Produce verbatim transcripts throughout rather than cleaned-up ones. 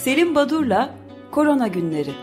Selim Badur'la Korona Günleri.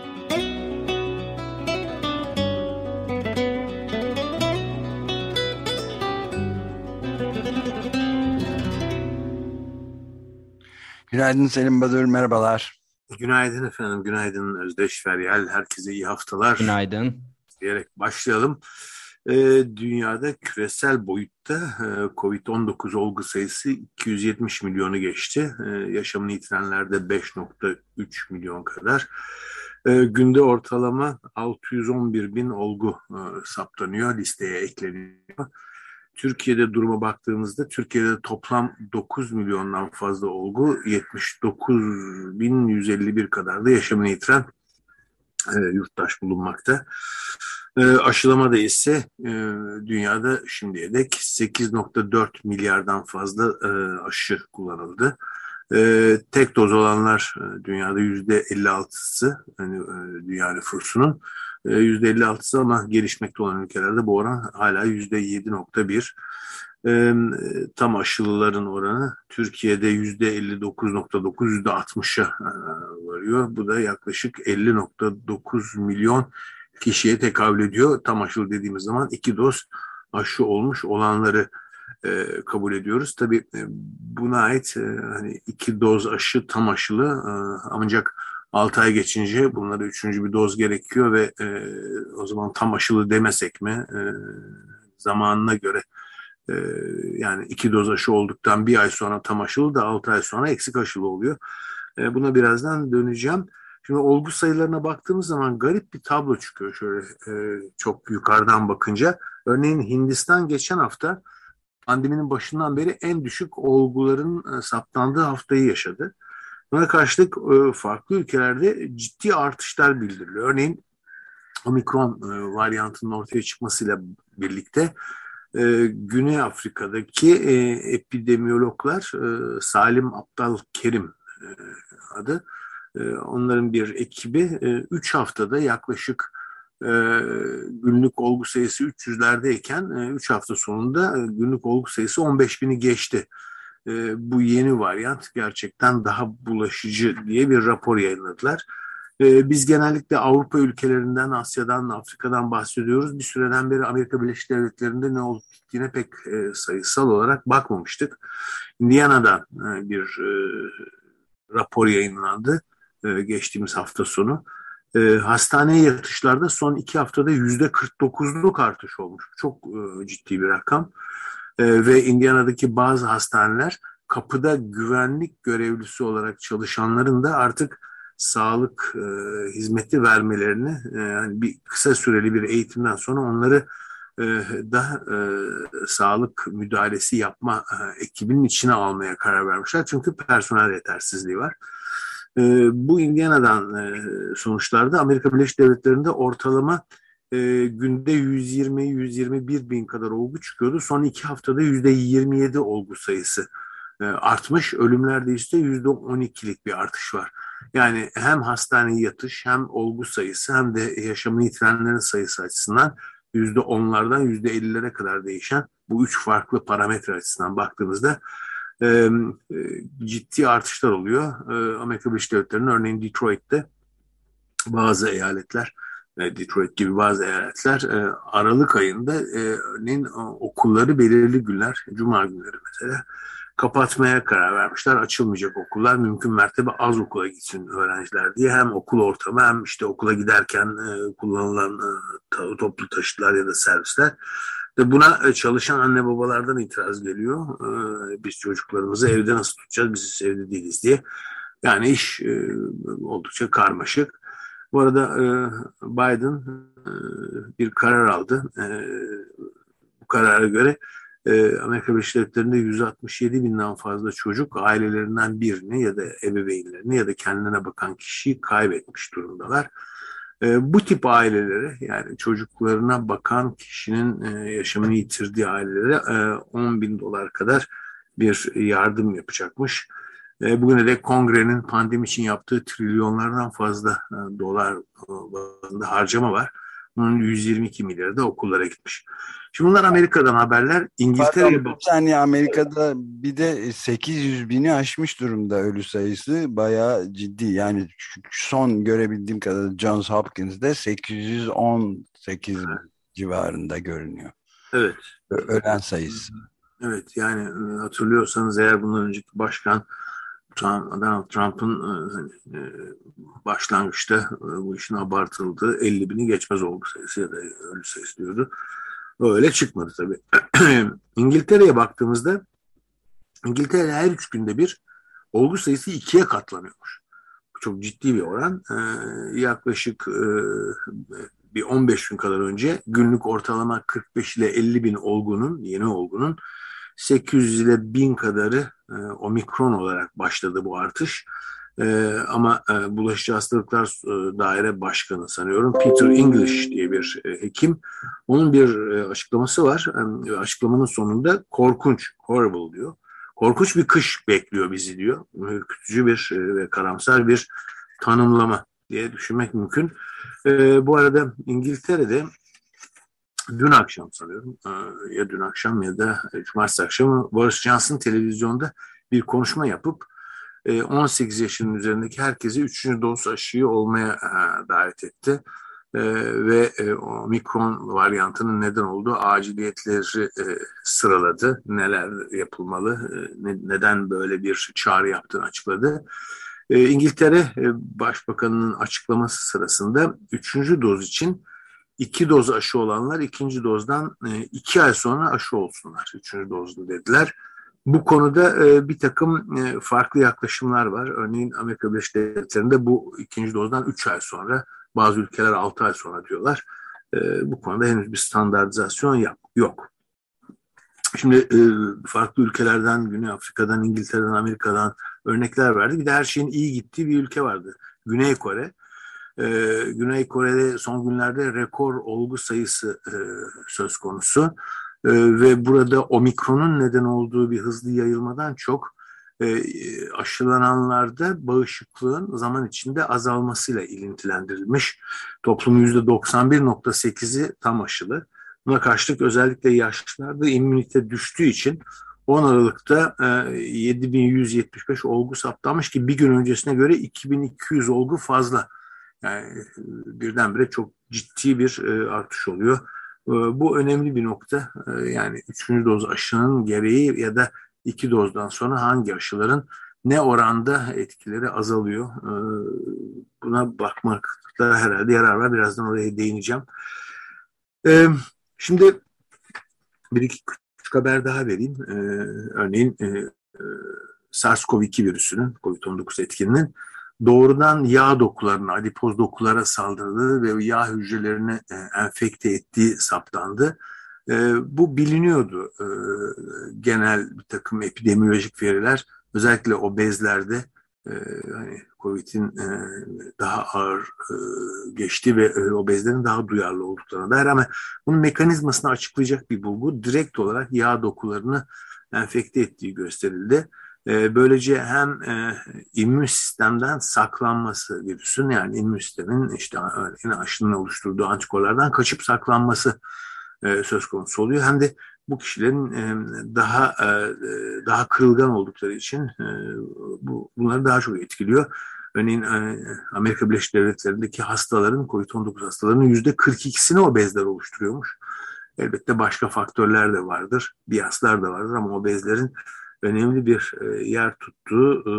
Günaydın Selim Badur, merhabalar. Günaydın efendim, günaydın Özdeş Feryal. Herkese iyi haftalar Günaydın. diyerek başlayalım. Ee, dünyada küresel boyutta e, kovid on dokuz olgu sayısı iki yüz yetmiş milyonu geçti. Ee, yaşamını yitirenler de beş virgül üç milyon kadar. Ee, günde ortalama altı yüz on bir bin olgu e, saptanıyor, listeye ekleniyor. Türkiye'de duruma baktığımızda Türkiye'de toplam dokuz milyondan fazla olgu, yetmiş dokuz bin yüz elli bir kadar da yaşamını yitiren e, yurttaş bulunmakta. E, aşılamada ise e, dünyada şimdiye dek sekiz virgül dört milyardan fazla e, aşı kullanıldı. E, tek doz olanlar e, dünyada yüzde elli altısı, yani e, dünya nüfusunun e, yüzde elli altısı, ama gelişmekte olan ülkelerde bu oran hala yüzde yedi virgül bir. E, tam aşılıların oranı Türkiye'de yüzde elli dokuz virgül dokuz, yüzde altmışa e, varıyor. Bu da yaklaşık elli virgül dokuz milyon kişiye tekabül ediyor. Tam aşılı dediğimiz zaman iki doz aşı olmuş olanları e, kabul ediyoruz. Tabii e, buna ait e, hani iki doz aşı tam aşılı, e, ancak altı ay geçince bunlara üçüncü bir doz gerekiyor ve e, o zaman tam aşılı demesek mi e, zamanına göre e, yani iki doz aşı olduktan bir ay sonra tam aşılı da altı ay sonra eksik aşılı oluyor. E, buna birazdan döneceğim. Şimdi olgu sayılarına baktığımız zaman garip bir tablo çıkıyor şöyle e, çok yukarıdan bakınca. Örneğin Hindistan geçen hafta pandeminin başından beri en düşük olguların e, saptandığı haftayı yaşadı. Buna karşılık e, farklı ülkelerde ciddi artışlar bildiriliyor. Örneğin Omikron e, varyantının ortaya çıkmasıyla birlikte e, Güney Afrika'daki e, epidemiyologlar, e, Salim Abdal Kerim e, adı, e, onların bir ekibi üç haftada yaklaşık e, günlük olgu sayısı üç yüzlerdeyken üç hafta sonunda e, günlük olgu sayısı on beş bini geçti. E, bu yeni varyant gerçekten daha bulaşıcı diye bir rapor yayınladılar. E, biz genellikle Avrupa ülkelerinden, Asya'dan, Afrika'dan bahsediyoruz. Bir süreden beri Amerika Birleşik Devletleri'nde ne olup bittiğine pek e, sayısal olarak bakmamıştık. Indiana'da e, bir e, rapor yayınlandı e, geçtiğimiz hafta sonu. E, hastaneye yatışlarda son iki haftada yüzde kırk dokuzluk artış olmuş. Çok e, ciddi bir rakam. E, ve Indiana'daki bazı hastaneler kapıda güvenlik görevlisi olarak çalışanların da artık sağlık e, hizmeti vermelerini, e, yani bir kısa süreli bir eğitimden sonra onları e, da e, sağlık müdahalesi yapma e, ekibinin içine almaya karar vermişler. Çünkü personel yetersizliği var. E, bu Indiana'dan e, sonuçlarda Amerika Birleşik Devletleri'nde ortalama e, günde yüz yirmi yüz yirmi bir bin kadar olgu çıkıyordu. Son iki haftada yüzde yirmi yedi olgu sayısı e, artmış. Ölümlerde ise yüzde on ikilik bir artış var. Yani hem hastaneye yatış, hem olgu sayısı, hem de yaşamını yitirenlerin sayısı açısından yüzde onlardan yüzde ellilere kadar değişen bu üç farklı parametre açısından baktığımızda e, e, ciddi artışlar oluyor. E, Amerika Birleşik Devletleri'nin örneğin Detroit'te bazı eyaletler, e, Detroit gibi bazı eyaletler e, Aralık ayında e, örneğin okulları belirli günler, Cuma günleri mesela, kapatmaya karar vermişler. Açılmayacak okullar, mümkün mertebe az okula gitsin öğrenciler diye. Hem okul ortamı, hem işte okula giderken e, kullanılan e, toplu taşıtlar ya da servisler. Ve buna e, çalışan anne babalardan itiraz geliyor. E, biz çocuklarımızı evde nasıl tutacağız, biz evde değiliz diye. Yani iş e, oldukça karmaşık. Bu arada e, Biden e, bir karar aldı. E, bu karara göre e, Amerika Birleşik Devletleri'nde yüz altmış yedi binden fazla çocuk ailelerinden birini ya da ebeveynlerini ya da kendine bakan kişiyi kaybetmiş durumdalar. E, bu tip ailelere, yani çocuklarına bakan kişinin e, yaşamını yitirdiği ailelere e, on bin dolar kadar bir yardım yapacakmış. Bugüne dek kongrenin pandemi için yaptığı trilyonlardan fazla dolar bazında harcama var. Bunun yüz yirmi iki milyarı da okullara gitmiş. Şimdi bunlar Amerika'dan haberler. İngiltere'ye Pardon, bir saniye, Amerika'da bir de sekiz yüz bini aşmış durumda ölü sayısı. Bayağı ciddi. Yani şu- son görebildiğim kadarıyla Johns Hopkins'de sekiz yüz on sekiz civarında görünüyor. Evet. Ö- Ölen sayısı. Evet, yani e, hatırlıyorsanız eğer bundan önceki başkan Trump, Donald Trump'ın e, e, başlangıçta e, bu işin abartıldığı elli bini geçmez olgu sayısı ya da ölü sayısı diyordu. Öyle çıkmadı tabii. İngiltere'ye baktığımızda İngiltere'de her üç günde bir olgu sayısı ikiye katlanıyormuş. Çok ciddi bir oran. Ee, yaklaşık e, bir on beş gün kadar önce günlük ortalama kırk beş ile elli bin olgunun, yeni olgunun sekiz yüz ile bin kadarı e, omikron olarak başladı bu artış. E, ama e, Bulaşıcı Hastalıklar e, Daire Başkanı sanıyorum Peter English diye bir e, hekim. Onun bir e, açıklaması var. E, açıklamanın sonunda korkunç, horrible diyor. Korkunç bir kış bekliyor bizi diyor. Ürkütücü bir e, ve karamsar bir tanımlama diye düşünmek mümkün. E, bu arada İngiltere'de dün akşam sanıyorum e, ya dün akşam ya da cumartesi akşamı Boris Johnson televizyonda bir konuşma yapıp e, on sekiz yaşının üzerindeki herkese üçüncü doz aşıyı olmaya e, davet etti. E, ve e, omikron varyantının neden olduğu aciliyetleri e, sıraladı. Neler yapılmalı, e, ne, neden böyle bir çağrı yaptığını açıkladı. E, İngiltere e, Başbakanı'nın açıklaması sırasında üçüncü doz için iki doz aşı olanlar ikinci dozdan e, iki ay sonra aşı olsunlar. Üçüncü dozlu dediler. Bu konuda e, bir takım e, farklı yaklaşımlar var. Örneğin Amerika Birleşik Devletleri'nde bu ikinci dozdan üç ay sonra, bazı ülkeler altı ay sonra diyorlar. E, bu konuda henüz bir standartizasyon yok. Şimdi e, farklı ülkelerden, Güney Afrika'dan, İngiltere'den, Amerika'dan örnekler verdi. Bir de her şeyin iyi gittiği bir ülke vardı. Güney Kore. Ee, Güney Kore'de son günlerde rekor olgu sayısı e, söz konusu. E, ve burada omikronun neden olduğu bir hızlı yayılmadan çok e, aşılananlarda bağışıklığın zaman içinde azalmasıyla ilintilendirilmiş. Toplumun yüzde doksan bir nokta sekizi tam aşılı. Buna karşılık özellikle yaşlılarda immünite düştüğü için on Aralık'ta e, yedi bin yüz yetmiş beş olgu saptanmış ki bir gün öncesine göre iki bin iki yüz olgu fazla. Yani birdenbire çok ciddi bir e, artış oluyor. E, bu önemli bir nokta. E, yani üçüncü doz aşının gereği ya da iki dozdan sonra hangi aşıların ne oranda etkileri azalıyor. E, buna bakmakta herhalde yarar var. Birazdan oraya değineceğim. E, şimdi bir iki küçük haber daha vereyim. E, örneğin e, e, SARS-CoV iki virüsünün, kovid on dokuz etkininin doğrudan yağ dokularına, adipoz dokulara saldırdığı ve yağ hücrelerini e, enfekte ettiği saptandı. E, bu biliniyordu. E, genel bir takım epidemiolojik veriler, özellikle obezlerde e, hani kovidin e, daha ağır e, geçti ve e, obezlerin daha duyarlı olduklarına dair, ama bunun mekanizmasını açıklayacak bir bulgu direkt olarak yağ dokularını enfekte ettiği gösterildi. Böylece hem e, immün sistemden saklanması virüsün, yani immün sistemin işte yine aşının oluşturduğu antikorlardan kaçıp saklanması e, söz konusu oluyor. Hem de bu kişilerin e, daha e, daha kırılgan oldukları için e, bu bunları daha çok etkiliyor. Örneğin e, Amerika Birleşik Devletleri'ndeki hastaların, kovid on dokuz hastalarının yüzde kırk ikisini obezler oluşturuyormuş. Elbette başka faktörler de vardır, biaslar da vardır, ama obezlerin önemli bir yer tuttuğu e,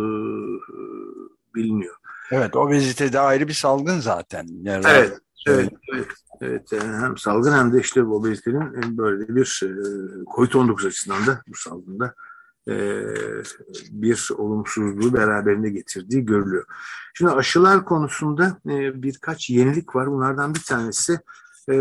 biliniyor. Evet, obezite de ayrı bir salgın zaten. Yani evet, evet, evet, evet. Hem salgın hem de işte obezitenin böyle bir kovid on dokuz açısından da bu salgında e, bir olumsuzluğu beraberinde getirdiği görülüyor. Şimdi aşılar konusunda e, birkaç yenilik var. Bunlardan bir tanesi e, e,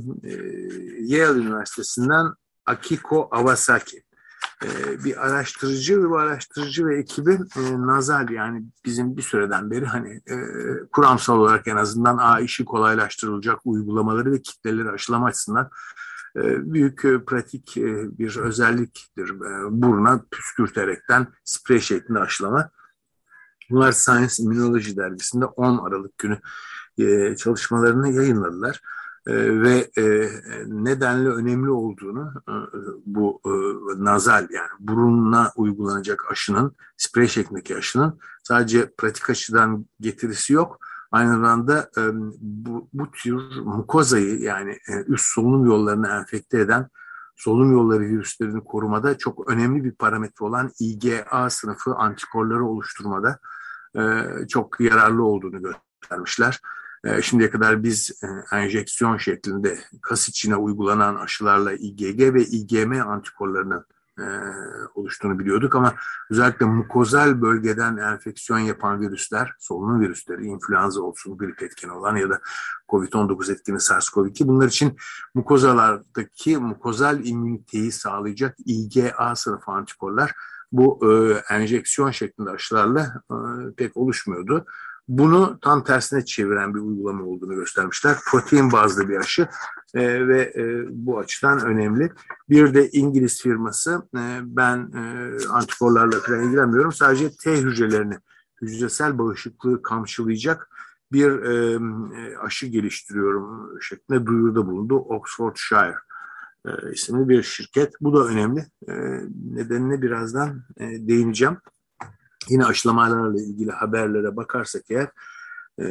Yale Üniversitesi'nden Akiko Awasaki. Bir araştırıcı ve bu araştırıcı ve ekibi e, nazal, yani bizim bir süreden beri hani e, kuramsal olarak en azından a, işi kolaylaştırılacak uygulamaları ve kitleleri aşılama açısından e, büyük e, pratik e, bir özelliktir. E, buruna püskürterekten sprey şeklinde aşılama. Bunlar Science Immunology dergisinde on Aralık günü e, çalışmalarını yayınladılar. e, ve e, nedenle önemli olduğunu e, bu e, nazal yani burununa uygulanacak aşının, sprey şeklindeki aşının sadece pratik açıdan getirisi yok. Aynı zamanda e, bu, bu tür mukozayı yani e, üst solunum yollarını enfekte eden solunum yolları virüslerini korumada çok önemli bir parametre olan I G A sınıfı antikorları oluşturmada e, çok yararlı olduğunu göstermişler. E, şimdiye kadar biz e, enjeksiyon şeklinde kas içine uygulanan aşılarla I G G ve I G M antikorlarının e, oluştuğunu biliyorduk ama özellikle mukozal bölgeden enfeksiyon yapan virüsler, solunum virüsleri, influenza olsun, grip etkeni olan ya da kovid on dokuz etkeni SARS-CoV iki bunlar için mukozalardaki mukozal immüniteyi sağlayacak I G A sınıfı antikorlar bu e, enjeksiyon şeklinde aşılarla e, pek oluşmuyordu. Bunu tam tersine çeviren bir uygulama olduğunu göstermişler. Protein bazlı bir aşı e, ve e, bu açıdan önemli. Bir de İngiliz firması, e, ben e, antikorlarla falan ilgilenmiyorum. Sadece T hücrelerini, hücresel bağışıklığı kamçılayacak bir e, aşı geliştiriyorum şeklinde duyuruda bulundu. Oxfordshire e, isimli bir şirket. Bu da önemli. E, nedenine birazdan e, değineceğim. Yine aşılamalarla ilgili haberlere bakarsak eğer e,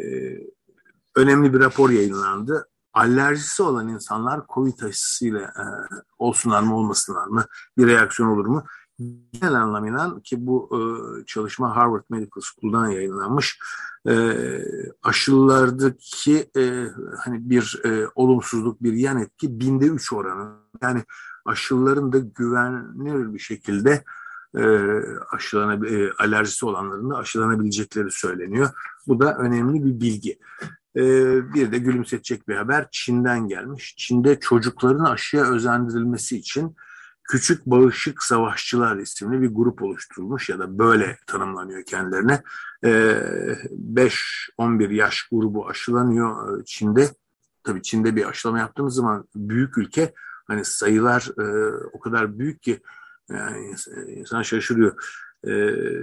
önemli bir rapor yayınlandı. Alerjisi olan insanlar COVID aşısıyla e, olsunlar mı olmasınlar mı bir reaksiyon olur mu? Genel anlamıyla ki bu e, çalışma Harvard Medical School'dan yayınlanmış. E, aşılardaki e, hani bir e, olumsuzluk, bir yan etki binde üç oranı. Yani aşıların da güvenilir bir şekilde e, aşılana, e, alerjisi olanların da aşılanabilecekleri söyleniyor. Bu da önemli bir bilgi. E, bir de gülümsetecek bir haber Çin'den gelmiş. Çin'de çocukların aşıya özendirilmesi için Küçük Bağışık Savaşçılar isimli bir grup oluşturulmuş ya da böyle tanımlanıyor kendilerine. beş on bir yaş grubu aşılanıyor Çin'de. Tabii Çin'de bir aşılama yaptığımız zaman büyük ülke, hani sayılar e, o kadar büyük ki yani insan şaşırıyor. E,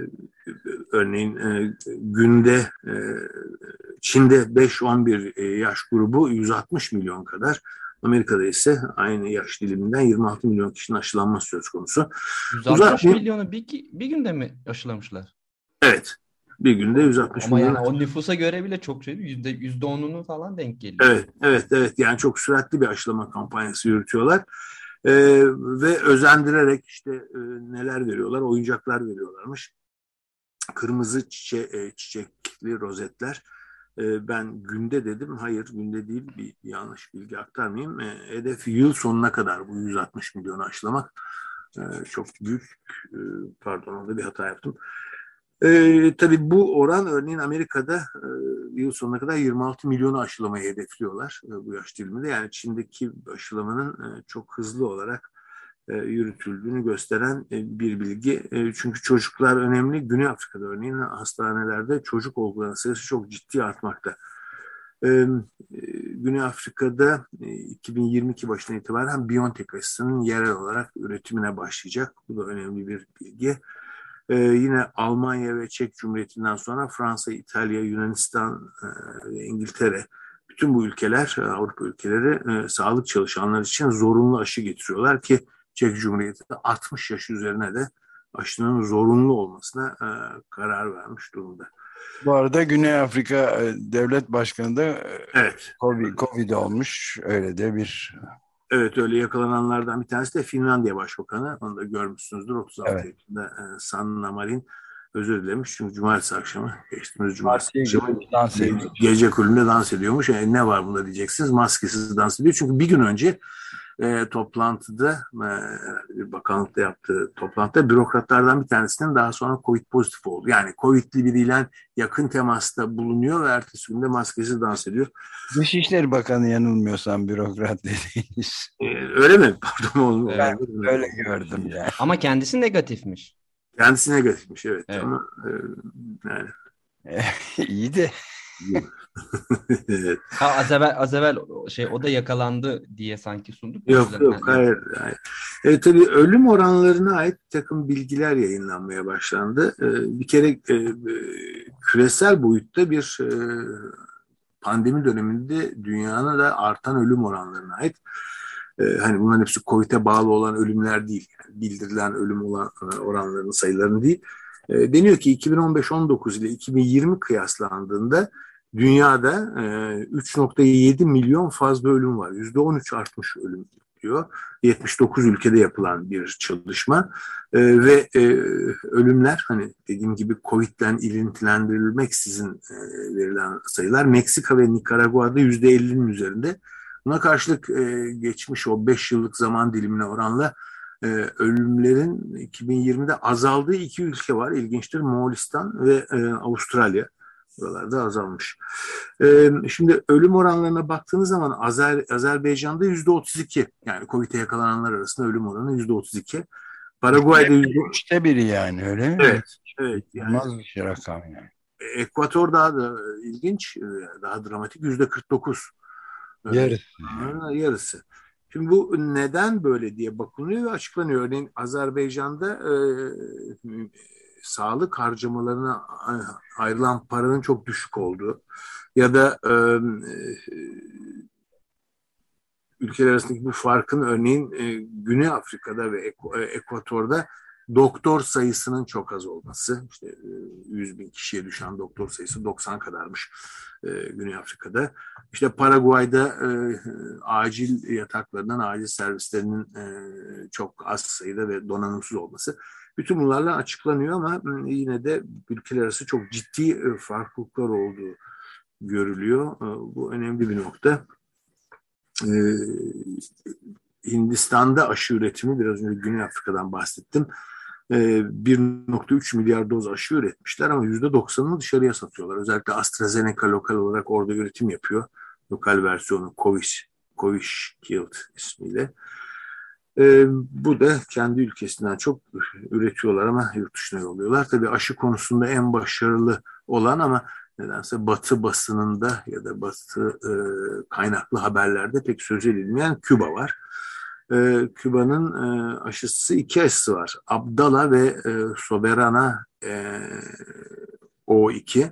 örneğin e, günde e, Çin'de beş on bir yaş grubu yüz altmış milyon kadar. Amerika'da ise aynı yaş diliminden yirmi altı milyon kişinin aşılanması söz konusu. yüz altmış milyonu bir, bir günde mi aşılamışlar? Evet. Bir günde yüz altmış Ama milyon. yani o nüfusa göre bile çok şey. Yüzde, yüzde onunu falan denk geliyor. Evet, evet, evet. Yani çok süratli bir aşılama kampanyası yürütüyorlar. Ee, ve özendirerek işte e, neler veriyorlar? Oyuncaklar veriyorlarmış. Kırmızı çiçe, e, çiçekli rozetler. Ben günde dedim. Hayır, günde değil. Bir yanlış bilgi aktarmayayım. Hedef yıl sonuna kadar bu yüz altmış milyonu aşılamak. Çok büyük, pardon orada bir hata yaptım. Ee, tabii bu oran örneğin Amerika'da e, yıl sonuna kadar yirmi altı milyonu aşılamayı hedefliyorlar e, bu yaş diliminde. Yani Çin'deki aşılamanın e, çok hızlı olarak e, yürütüldüğünü gösteren e, bir bilgi. E, çünkü çocuklar önemli. Güney Afrika'da örneğin hastanelerde çocuk olguların sayısı çok ciddi artmakta. E, e, Güney Afrika'da e, iki bin yirmi iki başına itibaren BioNTech aşısının yerel olarak üretimine başlayacak. Bu da önemli bir bilgi. Ee, yine Almanya ve Çek Cumhuriyeti'nden sonra Fransa, İtalya, Yunanistan e, ve İngiltere, bütün bu ülkeler, Avrupa ülkeleri e, sağlık çalışanları için zorunlu aşı getiriyorlar ki Çek Cumhuriyeti altmış yaş üzerine de aşının zorunlu olmasına e, karar vermiş durumda. Bu arada Güney Afrika e, Devlet Başkanı da e, evet. COVID, COVID olmuş. Öyle de bir... Evet, öyle yakalananlardan bir tanesi de Finlandiya Başbakanı. Onu da görmüşsünüzdür. otuz altı evet. yaşında e, Sanna Marin özür dilemiş. Çünkü cumartesi akşamı, geçtiğimiz cumartesi akşamı gece, gece kulübünde dans ediyormuş. Yani ne var bunda diyeceksiniz. Maskesiz dans ediyor. Çünkü bir gün önce e, toplantıda, e, bir bakanlıkta yaptığı toplantıda bürokratlardan bir tanesinin daha sonra COVID pozitif oldu. Yani COVID'li biriyle yakın temasta bulunuyor ve ertesi günde maskesiz dans ediyor. Dışişleri Bakanı yanılmıyorsam bürokrat dediğiniz. Ee, öyle mi? Pardon. Ben öyle gördüm yani. Ama kendisi negatifmiş. Kendisi negatifmiş evet. evet. Ama e, yani. İyi de. evet. Ha, az evvel, az evvel şey, o da yakalandı diye sanki sunduk. Yok yok yani. hayır. hayır. E, tabii ölüm oranlarına ait bir takım bilgiler yayınlanmaya başlandı. E, bir kere e, küresel boyutta bir e, pandemi döneminde dünyanın da artan ölüm oranlarına ait. Ee, hani bunların hepsi Covid'e bağlı olan ölümler değil. Yani bildirilen ölüm olan, oranlarının sayılarını değil. E, deniyor ki iki bin on beş on dokuz ile iki bin yirmi kıyaslandığında dünyada e, üç nokta yedi milyon fazla ölüm var. yüzde on üç artmış ölüm diyor. yetmiş dokuz ülkede yapılan bir çalışma e, ve e, ölümler hani dediğim gibi Covid'den ilintilendirilmeksizin e, verilen sayılar Meksika ve Nikaragua'da yüzde ellinin üzerinde. Buna karşılık e, geçmiş o beş yıllık zaman dilimine oranla e, ölümlerin iki bin yirmide azaldığı iki ülke var. İlginçtir, Moğolistan ve e, Avustralya. Buralarda azalmış. Ee, şimdi ölüm oranlarına baktığınız zaman Azer, Azerbaycan'da yüzde otuz iki, yani Covid'e yakalananlar arasında ölüm oranı yüzde otuz iki. Paraguay'da yüzde üçte biri, yani öyle mi? Evet, evet. Yani, olmaz bir şey rakam yani. Ekvator daha da ilginç, daha dramatik, yüzde kırk dokuz. Yarısı. Yani. Yarısı. Şimdi bu neden böyle diye bakılıyor ve açıklanıyor. Örneğin Azerbaycan'da e, sağlık harcamalarına ayrılan paranın çok düşük olduğu ya da e, ülkeler arasındaki bu farkın örneğin e, Güney Afrika'da ve Ek- Ekvator'da doktor sayısının çok az olması. İşte e, yüz bin kişiye düşen doktor sayısı doksan kadarmış e, Güney Afrika'da. İşte Paraguay'da e, acil yataklarından, acil servislerinin e, çok az sayıda ve donanımsız olması. Bütün bunlarla açıklanıyor ama yine de ülkeler arası çok ciddi farklılıklar olduğu görülüyor. Bu önemli bir nokta. Ee, Hindistan'da aşı üretimi, biraz önce Güney Afrika'dan bahsettim. Ee, bir nokta üç milyar doz aşı üretmişler ama yüzde doksanını dışarıya satıyorlar. Özellikle AstraZeneca lokal olarak orada üretim yapıyor. Lokal versiyonu Coviş, Covishield ismiyle. Ee, bu da kendi ülkesinden çok üretiyorlar ama yurt dışına yolluyorlar. Tabii aşı konusunda en başarılı olan ama nedense Batı basınında ya da Batı e, kaynaklı haberlerde pek söz edilmeyen Küba var. E, Küba'nın e, aşısı, iki aşısı var. Abdala ve e, Soberana e, O iki.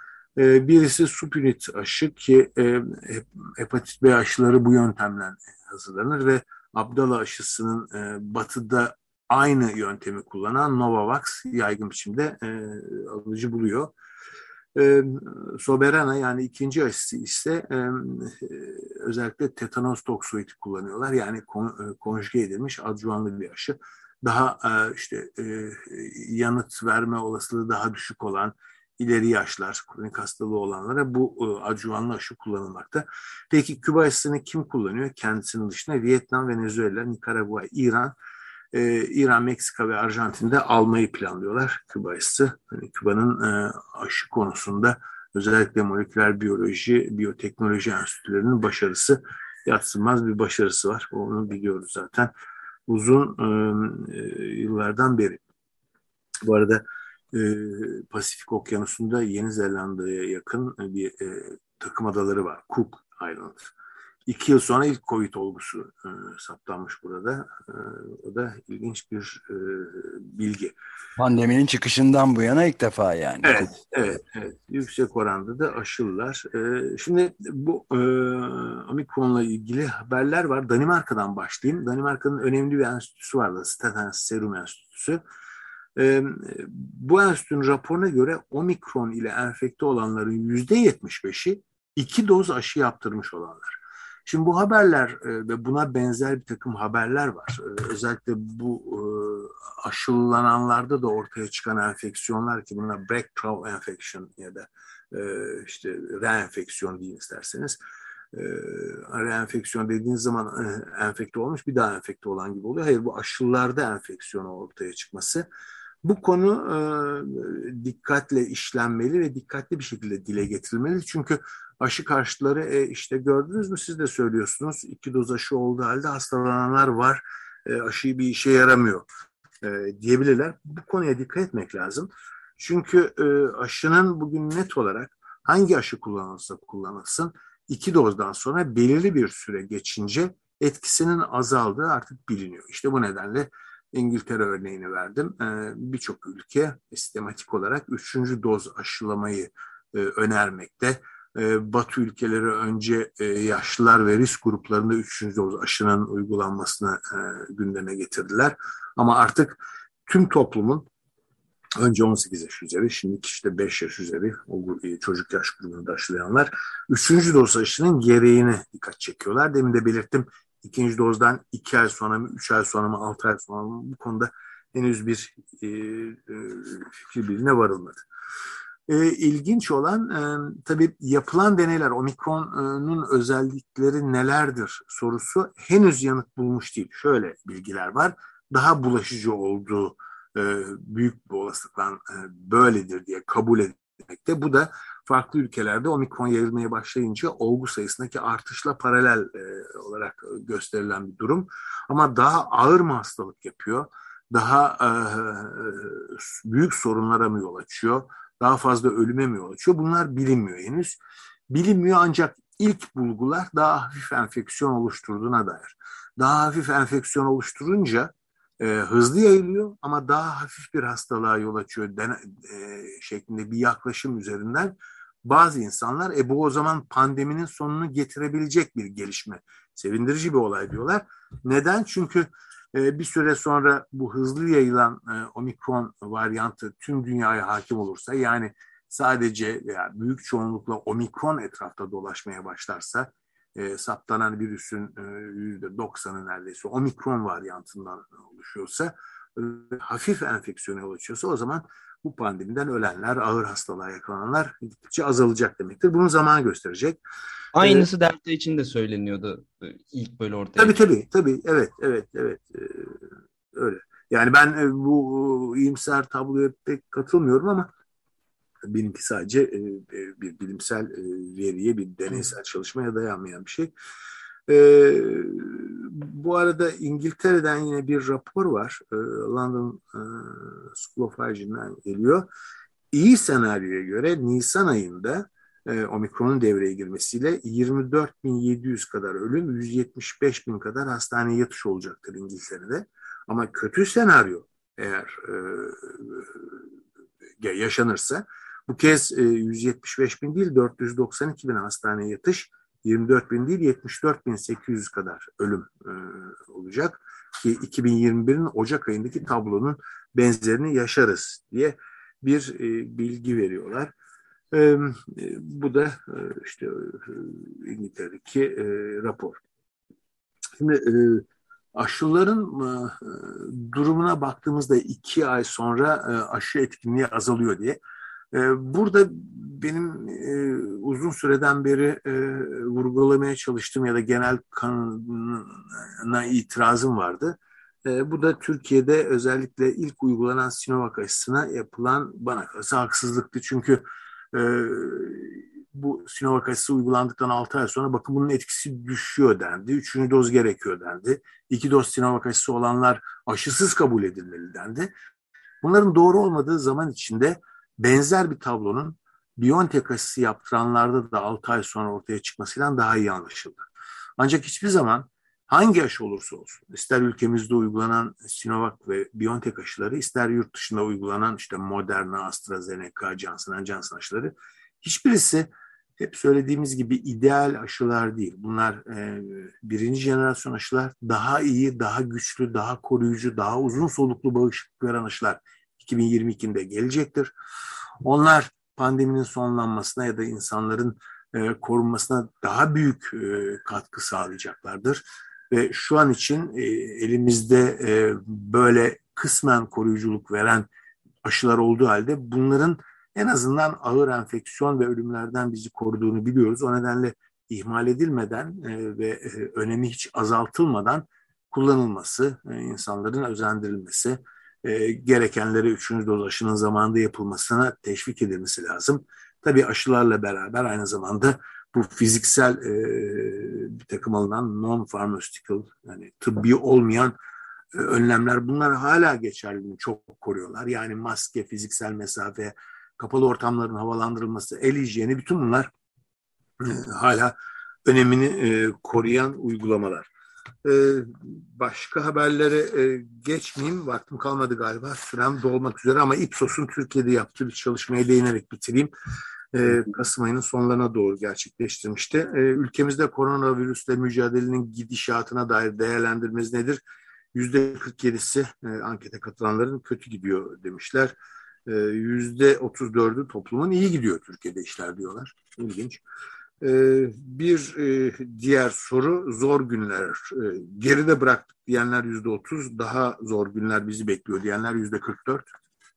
E, birisi Sputnik aşı ki e, hepatit B aşıları bu yöntemle hazırlanır ve Abdala aşısının e, batıda aynı yöntemi kullanan Novavax yaygın biçimde e, alıcı buluyor. E, Soberana, yani ikinci aşısı ise e, özellikle tetanos toksoidi kullanıyorlar. Yani kon, e, konjüge edilmiş adjuvanlı bir aşı. Daha e, işte e, yanıt verme olasılığı daha düşük olan ileri yaşlar, kronik hastalığı olanlara bu e, adjuvanlı aşı kullanılmakta. Peki Küba aşısını kim kullanıyor? Kendisinin dışında Vietnam, Venezuela, Nikaragua, İran, e, İran, Meksika ve Arjantin'de almayı planlıyorlar Küba aşısı. Hani Küba'nın e, aşı konusunda özellikle moleküler biyoloji, biyoteknoloji enstitülerinin başarısı, yadsınmaz bir başarısı var. Onu biliyoruz zaten uzun e, yıllardan beri. Bu arada e, Pasifik Okyanusu'nda Yeni Zelanda'ya yakın bir e, takım adaları var. Cook Island. İki yıl sonra ilk Covid olgusu e, saptanmış burada. E, o da ilginç bir e, bilgi. Pandeminin çıkışından bu yana ilk defa yani. Evet, evet, evet. Yüksek oranda da aşılar. E, şimdi bu e, Omikron'la ilgili haberler var. Danimarka'dan başlayayım. Danimarka'nın önemli bir enstitüsü vardı. Statens Serum Enstitüsü. E, bu enstitünün raporuna göre Omikron ile enfekte olanların yüzde yetmiş beşi iki doz aşı yaptırmış olanlar. Şimdi bu haberler e, ve buna benzer bir takım haberler var. E, özellikle bu e, aşılananlarda da ortaya çıkan enfeksiyonlar ki buna breakthrough enfection ya da e, işte reenfeksiyon deyin isterseniz. E, reenfeksiyon dediğiniz zaman e, enfekte olmuş bir daha enfekte olan gibi oluyor. Hayır, bu aşılarda enfeksiyonu ortaya çıkması. Bu konu e, dikkatle işlenmeli ve dikkatli bir şekilde dile getirilmeli. Çünkü aşı karşıtları e, işte gördünüz mü, siz de söylüyorsunuz, iki doz aşı olduğu halde hastalananlar var, e, aşıyı bir işe yaramıyor e, diyebilirler. Bu konuya dikkat etmek lazım. Çünkü e, aşının bugün net olarak hangi aşı kullanılırsa kullanılsın iki dozdan sonra belirli bir süre geçince etkisinin azaldığı artık biliniyor. İşte bu nedenle İngiltere örneğini verdim. Ee, Birçok ülke sistematik olarak üçüncü doz aşılamayı e, önermekte. e, Batı ülkeleri önce e, yaşlılar ve risk gruplarında üçüncü doz aşının uygulanmasını e, gündeme getirdiler. Ama artık tüm toplumun önce on sekiz yaş üzeri, şimdi işte beş yaş üzeri o çocuk yaş grubunda aşılayanlar üçüncü doz aşının gereğine dikkat çekiyorlar. Demin de belirttim, ikinci dozdan iki ay sonra mı, üç ay sonra mı, altı ay sonra mı, bu konuda henüz bir e, fikir birliğine varılmadı. E, ilginç olan e, tabii yapılan deneyler, omikronun özellikleri nelerdir sorusu henüz yanıt bulmuş değil. Şöyle bilgiler var, daha bulaşıcı olduğu e, büyük bir olasılıkla e, böyledir diye kabul edilmekte. Bu da farklı ülkelerde omikron yayılmaya başlayınca olgu sayısındaki artışla paralel e, olarak gösterilen bir durum. Ama daha ağır mı hastalık yapıyor, daha e, büyük sorunlara mı yol açıyor, daha fazla ölüme mi yol açıyor? Bunlar bilinmiyor henüz. Bilinmiyor ancak ilk bulgular daha hafif enfeksiyon oluşturduğuna dair. Daha hafif enfeksiyon oluşturunca e, hızlı yayılıyor ama daha hafif bir hastalığa yol açıyor dene, e, şeklinde bir yaklaşım üzerinden bazı insanlar e, bu o zaman pandeminin sonunu getirebilecek bir gelişme. Sevindirici bir olay diyorlar. Neden? Çünkü bir süre sonra bu hızlı yayılan e, omikron varyantı tüm dünyaya hakim olursa, yani sadece veya büyük çoğunlukla omikron etrafta dolaşmaya başlarsa, e, saptanan virüsün e, yüzde doksanı neredeyse omikron varyantından oluşuyorsa, e, hafif enfeksiyona yol açıyorsa, o zaman bu pandemiden ölenler, ağır hastalığa yakalananlar gittikçe azalacak demektir. Bunu zaman gösterecek. Aynısı ee, Delta için de söyleniyordu ilk böyle ortaya. Tabii tabii tabii evet evet evet ee, öyle. Yani ben e, bu iyimser tabloya pek katılmıyorum ama benimki sadece e, bir bilimsel e, veriye, bir deneysel çalışmaya dayanmayan bir şey. E, bu arada İngiltere'den yine bir rapor var. E, London e, School of Hygiene'den geliyor. İyi senaryoya göre Nisan ayında e, omikronun devreye girmesiyle yirmi dört bin yedi yüz kadar ölüm, yüz yetmiş beş bin kadar hastaneye yatış olacaktır İngiltere'de. Ama kötü senaryo eğer e, yaşanırsa bu kez e, yüz yetmiş beş bin değil dört yüz doksan iki bin hastaneye yatış, yirmi dört bin değil yetmiş dört bin sekiz yüz kadar ölüm e, olacak ki iki bin yirmi birin Ocak ayındaki tablonun benzerini yaşarız diye bir e, bilgi veriyorlar. E, e, bu da e, işte e, İngiltere'deki e, rapor. Şimdi e, aşıların e, durumuna baktığımızda iki ay sonra e, aşı etkinliği azalıyor diye. E, burada benim e, uzun süreden beri e, vurgulamaya çalıştığım ya da genel kanına itirazım vardı. E, bu da Türkiye'de özellikle ilk uygulanan Sinovac aşısına yapılan bana kalırsa haksızlıktı. Çünkü e, bu Sinovac aşısı uygulandıktan altı ay sonra bakın bunun etkisi düşüyor dendi. Üçüncü doz gerekiyor dendi. İki doz Sinovac aşısı olanlar aşısız kabul edilmeli dendi. Bunların doğru olmadığı zaman içinde benzer bir tablonun BioNTech aşısı yaptıranlarda da altı ay sonra ortaya çıkmasıyla daha iyi anlaşıldı. Ancak hiçbir zaman hangi aşı olursa olsun, ister ülkemizde uygulanan Sinovac ve BioNTech aşıları, ister yurt dışında uygulanan işte Moderna, AstraZeneca, Johnson and Johnson aşıları, hiçbirisi hep söylediğimiz gibi ideal aşılar değil. Bunlar e, birinci jenerasyon aşılar, daha iyi, daha güçlü, daha koruyucu, daha uzun soluklu bağışıklık veren aşılar iki bin yirmi ikide gelecektir. Onlar pandeminin sonlanmasına ya da insanların e, korunmasına daha büyük e, katkı sağlayacaklardır. Ve şu an için e, elimizde e, böyle kısmen koruyuculuk veren aşılar olduğu halde bunların en azından ağır enfeksiyon ve ölümlerden bizi koruduğunu biliyoruz. O nedenle ihmal edilmeden e, ve e, önemi hiç azaltılmadan kullanılması, e, insanların özendirilmesi, e, gerekenleri üçüncü doz aşının zamanında yapılmasına teşvik edilmesi lazım. Tabii aşılarla beraber aynı zamanda bu fiziksel e, bir takım alınan non-pharmaceutical, yani tıbbi olmayan e, önlemler, bunlar hala geçerliliğini çok koruyorlar. Yani maske, fiziksel mesafe, kapalı ortamların havalandırılması, el hijyeni, bütün bunlar e, hala önemini e, koruyan uygulamalar. E, başka haberlere e, geçmeyeyim. Vaktim kalmadı galiba. Sürem dolmak üzere ama Ipsos'un Türkiye'de yaptığı bir çalışmaya değinerek bitireyim. e, Kasım ayının sonlarına doğru gerçekleştirmişti. E, ülkemizde koronavirüsle mücadelenin gidişatına dair değerlendirmeniz nedir? yüzde kırk yedisi e, ankete katılanların kötü gidiyor demişler. E, yüzde otuz dördü toplumun iyi gidiyor Türkiye'de işler diyorlar. İlginç. E, bir e, diğer soru zor günler. E, geride bıraktık diyenler yüzde otuz, daha zor günler bizi bekliyor diyenler yüzde kırk dört.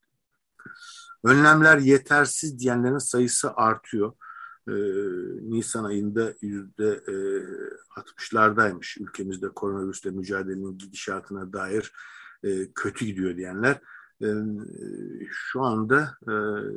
Önlemler yetersiz diyenlerin sayısı artıyor. Ee, Nisan ayında yüzde altmışlardaymış ülkemizde koronavirüsle mücadelenin gidişatına dair e, kötü gidiyor diyenler. E, şu anda e,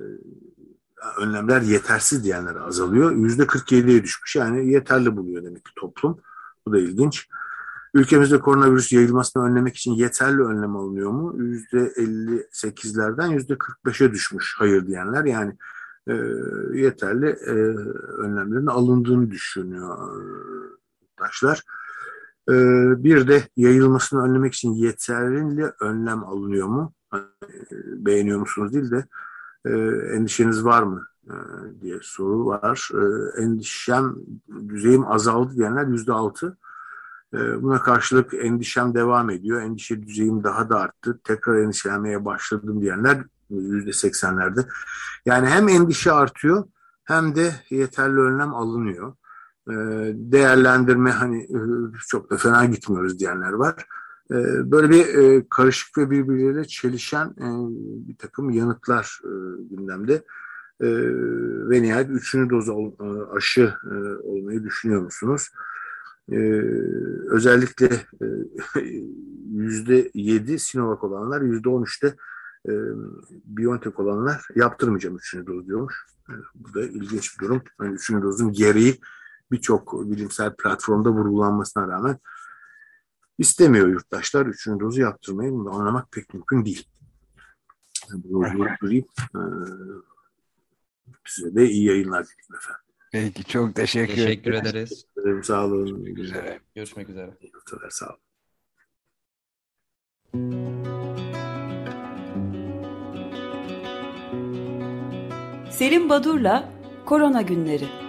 önlemler yetersiz diyenler azalıyor. yüzde kırk yediye düşmüş. Yani yeterli buluyor demek ki toplum. Bu da ilginç. Ülkemizde koronavirüs yayılmasını önlemek için yeterli önlem alınıyor mu? yüzde elli sekizlerden yüzde kırk beşe düşmüş hayır diyenler. Yani e, yeterli e, önlemlerin alındığını düşünüyor arkadaşlar. E, bir de yayılmasını önlemek için yeterli önlem alınıyor mu? E, beğeniyor musunuz değil de e, endişeniz var mı e, diye soru var. E, endişem, düzeyim azaldı diyenler yüzde altı. Buna karşılık endişem devam ediyor. Endişe düzeyim daha da arttı. Tekrar endişelenmeye başladım diyenler yüzde seksenlerde. Yani hem endişe artıyor hem de yeterli önlem alınıyor. Değerlendirme hani çok da fena gitmiyoruz diyenler var. Böyle bir karışık ve birbirleriyle çelişen bir takım yanıtlar gündemde. Ve nihayet üçüncü doz aşı olmayı düşünüyor musunuz? Ee, özellikle yüzde yedi Sinovac olanlar, yüzde on üçte e, BioNTech olanlar yaptırmayacağım üçüncü doz diyormuş. Yani bu da ilginç bir durum. Yani üçüncü dozun gereği birçok bilimsel platformda vurgulanmasına rağmen istemiyor yurttaşlar üçüncü dozu yaptırmayı. Bunu anlamak pek mümkün değil. Bunu vurgulayayım. Ee, size de iyi yayınlar dilerim efendim. Peki, çok teşekkür, Teşekkür ederiz. Ederim. Sağ olun. Görüşmek üzere. Görüşmek üzere. Sağ olun. Selim Badur'la Korona Günleri.